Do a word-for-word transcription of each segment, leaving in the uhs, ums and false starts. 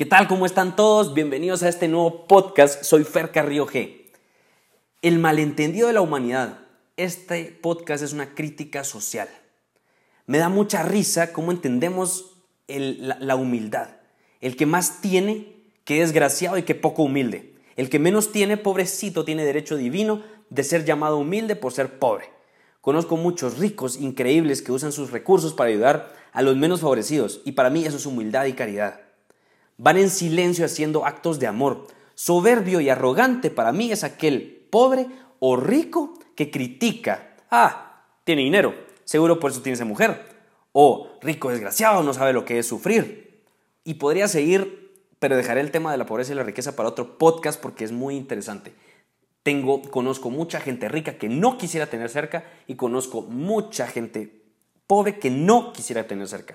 ¿Qué tal? ¿Cómo están todos? Bienvenidos a este nuevo podcast. Soy Fer Carrillo G. El malentendido de la humanidad. Este podcast es una crítica social. Me da mucha risa cómo entendemos el, la, la humildad. El que más tiene, qué desgraciado y qué poco humilde. El que menos tiene, pobrecito, tiene derecho divino de ser llamado humilde por ser pobre. Conozco muchos ricos increíbles que usan sus recursos para ayudar a los menos favorecidos y para mí eso es humildad y caridad. Van en silencio haciendo actos de amor. Soberbio y arrogante para mí es aquel pobre o rico que critica. Ah, tiene dinero, seguro por eso tiene esa mujer. O rico desgraciado, no sabe lo que es sufrir. Y podría seguir, pero dejaré el tema de la pobreza y la riqueza para otro podcast porque es muy interesante. Tengo, conozco mucha gente rica que no quisiera tener cerca y conozco mucha gente pobre que no quisiera tener cerca.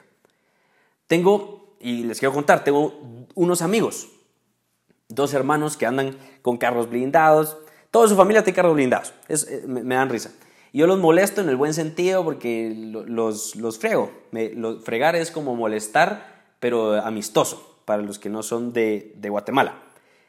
Tengo... Y les quiero contar, tengo unos amigos, dos hermanos que andan con carros blindados. Toda su familia tiene carros blindados, es, me, me dan risa. Y yo los molesto en el buen sentido porque los, los frego. Me, los, fregar es como molestar, pero amistoso, para los que no son de, de Guatemala.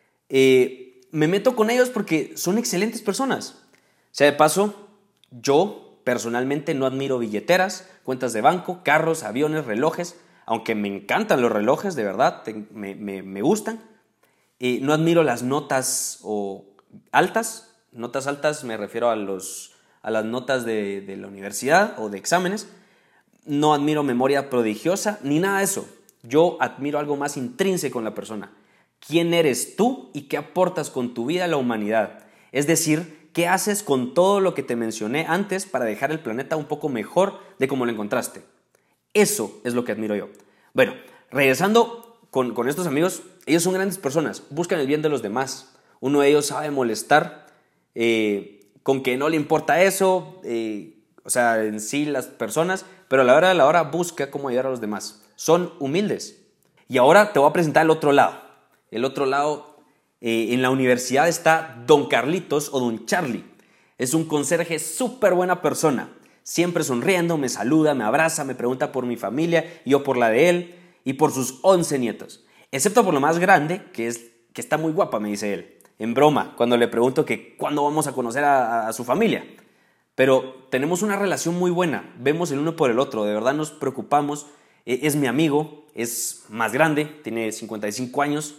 Eh, me meto con ellos porque son excelentes personas. O sea, de paso, yo personalmente no admiro billeteras, cuentas de banco, carros, aviones, relojes. Aunque me encantan los relojes, de verdad, me, me, me gustan. Eh, no admiro las notas o altas. Notas altas me refiero a, los, a las notas de, de la universidad o de exámenes. No admiro memoria prodigiosa ni nada de eso. Yo admiro algo más intrínseco en la persona. ¿Quién eres tú y qué aportas con tu vida a la humanidad? Es decir, ¿qué haces con todo lo que te mencioné antes para dejar el planeta un poco mejor de como lo encontraste? Eso es lo que admiro yo. Bueno, regresando con, con estos amigos, ellos son grandes personas, buscan el bien de los demás. Uno de ellos sabe molestar, eh, con que no le importa eso, eh, o sea, en sí las personas, pero a la hora de la hora busca cómo ayudar a los demás. Son humildes. Y ahora te voy a presentar el otro lado. El otro lado, eh, en la universidad está Don Carlitos o Don Charlie. Es un conserje súper buena persona. Siempre sonriendo, me saluda, me abraza, me pregunta por mi familia, y yo por la de él y por sus once nietos. Excepto por lo más grande, que es que está muy guapa, me dice él. En broma, cuando le pregunto que cuándo vamos a conocer a, a, a su familia. Pero tenemos una relación muy buena, vemos el uno por el otro, de verdad nos preocupamos. Eh, es mi amigo, es más grande, tiene cincuenta y cinco años.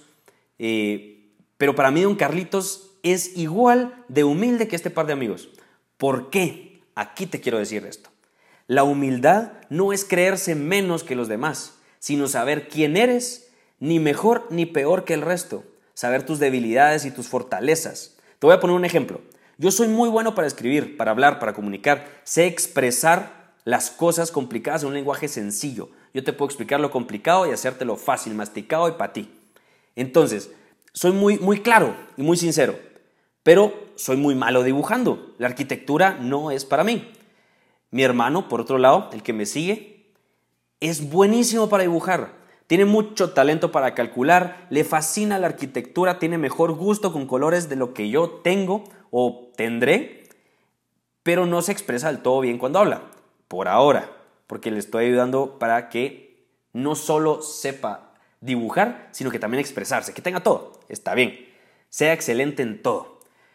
Eh, pero para mí Don Carlitos es igual de humilde que este par de amigos. ¿Por qué? Aquí te quiero decir esto. La humildad no es creerse menos que los demás, sino saber quién eres, ni mejor ni peor que el resto. Saber tus debilidades y tus fortalezas. Te voy a poner un ejemplo. Yo soy muy bueno para escribir, para hablar, para comunicar. Sé expresar las cosas complicadas en un lenguaje sencillo. Yo te puedo explicar lo complicado y hacértelo fácil, masticado y para ti. Entonces, soy muy, muy claro y muy sincero. Pero soy muy malo dibujando. La arquitectura no es para mí. Mi hermano, por otro lado, el que me sigue, es buenísimo para dibujar. Tiene mucho talento para calcular, le fascina la arquitectura, tiene mejor gusto con colores de lo que yo tengo o tendré, pero no se expresa del todo bien cuando habla. Por ahora, porque le estoy ayudando para que no solo sepa dibujar, sino que también expresarse, que tenga todo. Está bien, sea excelente en todo.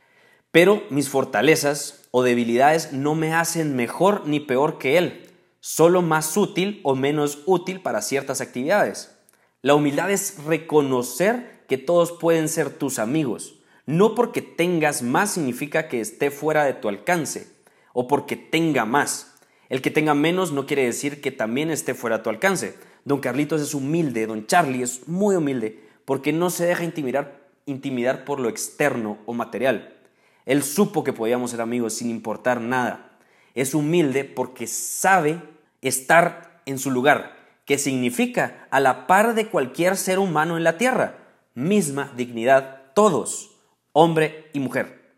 Pero mis fortalezas o debilidades no me hacen mejor ni peor que él, solo más útil o menos útil para ciertas actividades. La humildad es reconocer que todos pueden ser tus amigos. No porque tengas más significa que esté fuera de tu alcance o porque tenga más. El que tenga menos no quiere decir que también esté fuera de tu alcance. Don Carlitos es humilde, Don Charlie es muy humilde porque no se deja intimidar, intimidar por lo externo o material. Él supo que podíamos ser amigos sin importar nada. Es humilde porque sabe estar en su lugar, que significa a la par de cualquier ser humano en la tierra. Misma dignidad todos, hombre y mujer.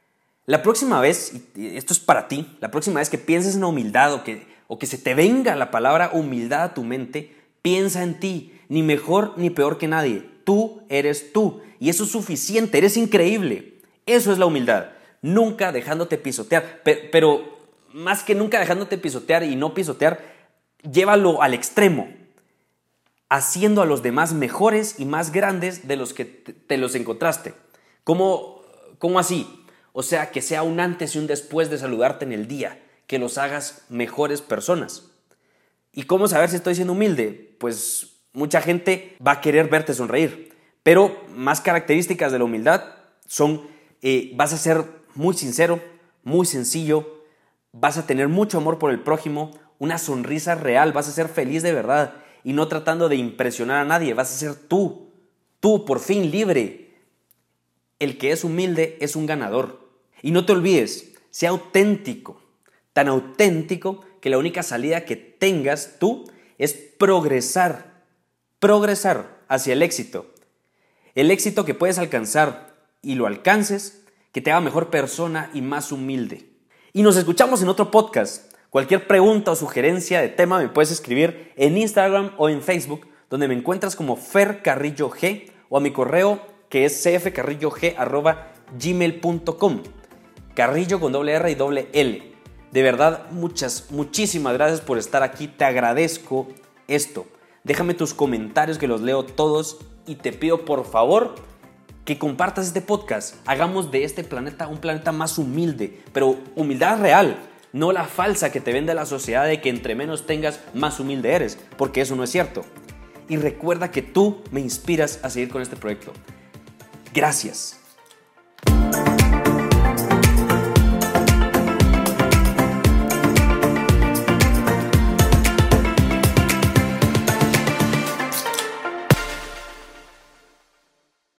La próxima vez, y esto es para ti, la próxima vez que pienses en la humildad o que, o que se te venga la palabra humildad a tu mente, piensa en ti, ni mejor ni peor que nadie. Tú eres tú y eso es suficiente, eres increíble. Eso es la humildad, nunca dejándote pisotear, pero, pero más que nunca dejándote pisotear y no pisotear, llévalo al extremo. haciendo a los demás mejores y más grandes de los que te los encontraste. ¿Cómo, cómo así? O sea, que sea un antes y un después de saludarte en el día, que los hagas mejores personas. ¿Y cómo saber si estoy siendo humilde? Pues mucha gente va a querer verte sonreír, pero más características de la humildad son, eh, vas a ser muy sincero, muy sencillo, vas a tener mucho amor por el prójimo, una sonrisa real, vas a ser feliz de verdad y no tratando de impresionar a nadie, vas a ser tú, tú por fin libre. El que es humilde es un ganador. Y no te olvides, sea auténtico, tan auténtico que la única salida que tengas tú es progresar, progresar hacia el éxito. El éxito que puedes alcanzar y lo alcances, que te haga mejor persona y más humilde. Y nos escuchamos en otro podcast. Cualquier pregunta o sugerencia de tema me puedes escribir en Instagram o en Facebook, donde me encuentras como Fer Carrillo G, o a mi correo que es c f carrillo g arroba gmail punto com. Carrillo con doble R y doble L. De verdad, muchas, muchísimas gracias por estar aquí. Te agradezco esto. Déjame tus comentarios que los leo todos y te pido por favor que compartas este podcast. Hagamos de este planeta un planeta más humilde, pero humildad real, no la falsa que te vende la sociedad de que entre menos tengas, más humilde eres, porque eso no es cierto. Y recuerda que tú me inspiras a seguir con este proyecto. Gracias.